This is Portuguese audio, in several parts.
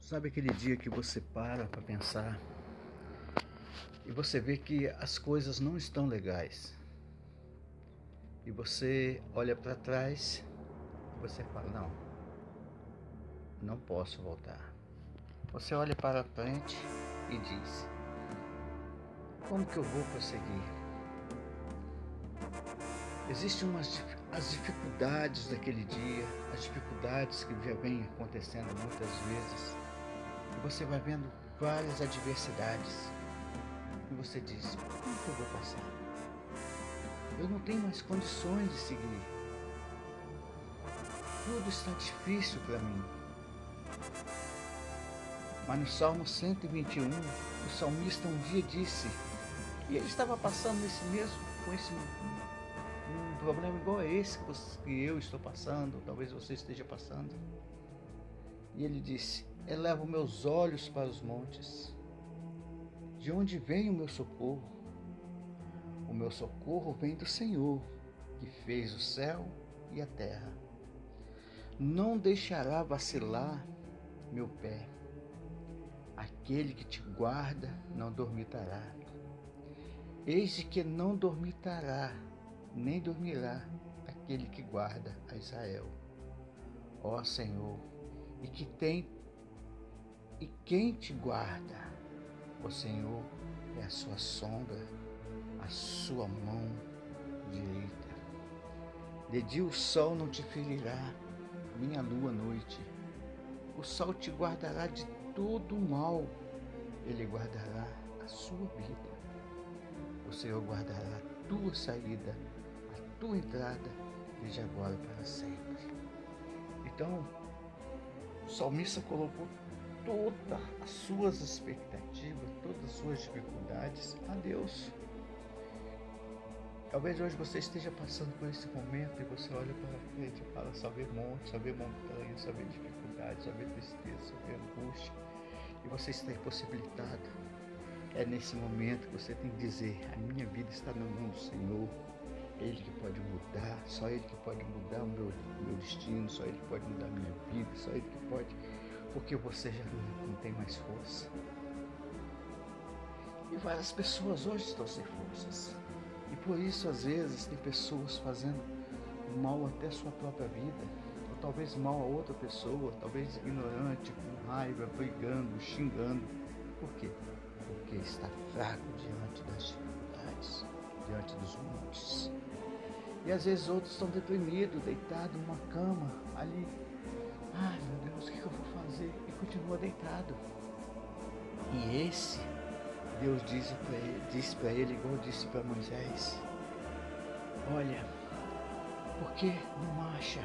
Sabe aquele dia que você para pensar e você vê que as coisas não estão legais e você olha para trás e você fala, não posso voltar. Você olha para frente e diz, como que eu vou prosseguir? Existem as dificuldades daquele dia, as dificuldades que já vêm acontecendo muitas vezes, e você vai vendo várias adversidades, e você diz, como que eu vou passar? Eu não tenho mais condições de seguir. Tudo está difícil para mim. Mas no Salmo 121, o salmista um dia disse, e ele estava passando com esse um problema igual a esse que eu estou passando, talvez você esteja passando. E ele disse, elevo meus olhos para os montes. De onde vem o meu socorro? O meu socorro vem do Senhor, que fez o céu e a terra. Não deixará vacilar meu pé. Aquele que te guarda não dormitará. Eis que não dormitará, nem dormirá aquele que guarda a Israel. Ó Senhor, e quem te guarda? O Senhor é a sua sombra, a sua mão direita. De dia o sol não te ferirá, nem a lua à noite. O sol te guardará de todo o mal, ele guardará a sua vida. O Senhor guardará a tua saída, a tua entrada, desde agora para sempre. Então, o salmista colocou todas as suas expectativas, todas as suas dificuldades a Deus. Talvez hoje você esteja passando por esse momento e você olha para frente e fala, só vê monte, só vê montanha, só vê dificuldade, só vê tristeza, só vê angústia. E você está impossibilitado. É nesse momento que você tem que dizer, a minha vida está na mão do Senhor. Ele que pode mudar, só Ele que pode mudar o meu destino, só Ele que pode mudar a minha vida, só Ele que pode, porque você já não tem mais força. E várias pessoas hoje estão sem forças. E por isso, às vezes, tem pessoas fazendo mal até a sua própria vida, ou talvez mal a outra pessoa, talvez ignorante, com raiva, brigando, xingando. Por quê? Porque está fraco diante das dificuldades, diante dos montes. E às vezes outros estão deprimidos, deitados numa cama, ali. Ai meu Deus, o que eu vou fazer? E continua deitado. E esse, Deus disse para ele, igual disse para Moisés, olha, por que não marcha?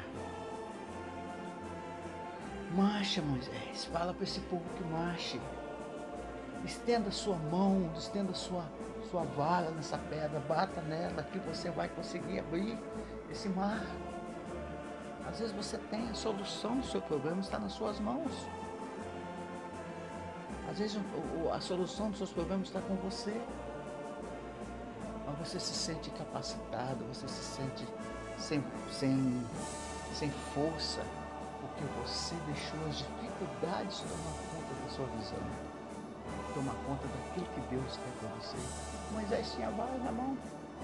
Marcha, Moisés, fala para esse povo que marche. Estenda sua mão, estenda sua vara nessa pedra, bata nela que você vai conseguir abrir esse mar. Às vezes você tem a solução do seu problema, está nas suas mãos. Às vezes a solução dos seus problemas está com você. Mas você se sente incapacitado, você se sente sem força, porque você deixou as dificuldades tomar conta da sua visão. Tomar conta daquilo que Deus quer para você. Moisés tinha a vara na mão,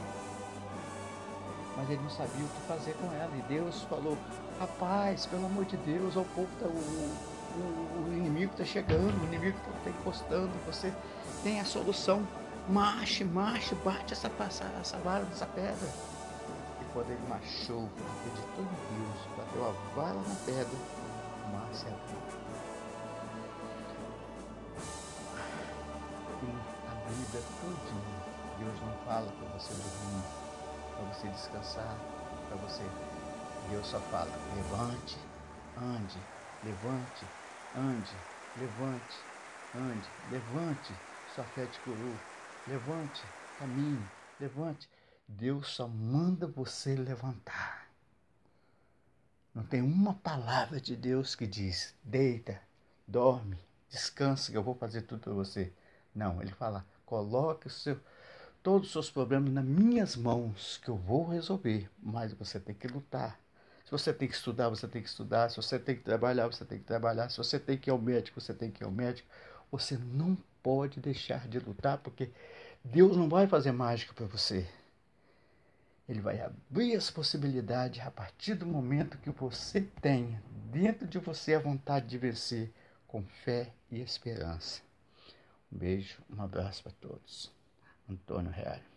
mas ele não sabia o que fazer com ela. E Deus falou, rapaz, pelo amor de Deus, o povo o inimigo está chegando, o inimigo está encostando, você tem a solução. Marche, bate essa vara nessa pedra. E quando ele marchou, acreditou em Deus, bateu a vara na pedra, o mar se abriu. A vida todinha, Deus não fala para você dormir, para você descansar, para você. Deus só fala, levante, ande, levante, ande, levante, ande, levante, sua fé te curou, levante, caminhe, levante. Deus só manda você levantar. Não tem uma palavra de Deus que diz, deita, dorme, descansa que eu vou fazer tudo para você. Não, ele fala, coloque todos os seus problemas nas minhas mãos, que eu vou resolver, mas você tem que lutar. Se você tem que estudar, você tem que estudar. Se você tem que trabalhar, você tem que trabalhar. Se você tem que ir ao médico, você tem que ir ao médico. Você não pode deixar de lutar, porque Deus não vai fazer mágica para você. Ele vai abrir as possibilidades a partir do momento que você tenha dentro de você a vontade de vencer com fé e esperança. Um beijo, um abraço para todos. Antônio Reale.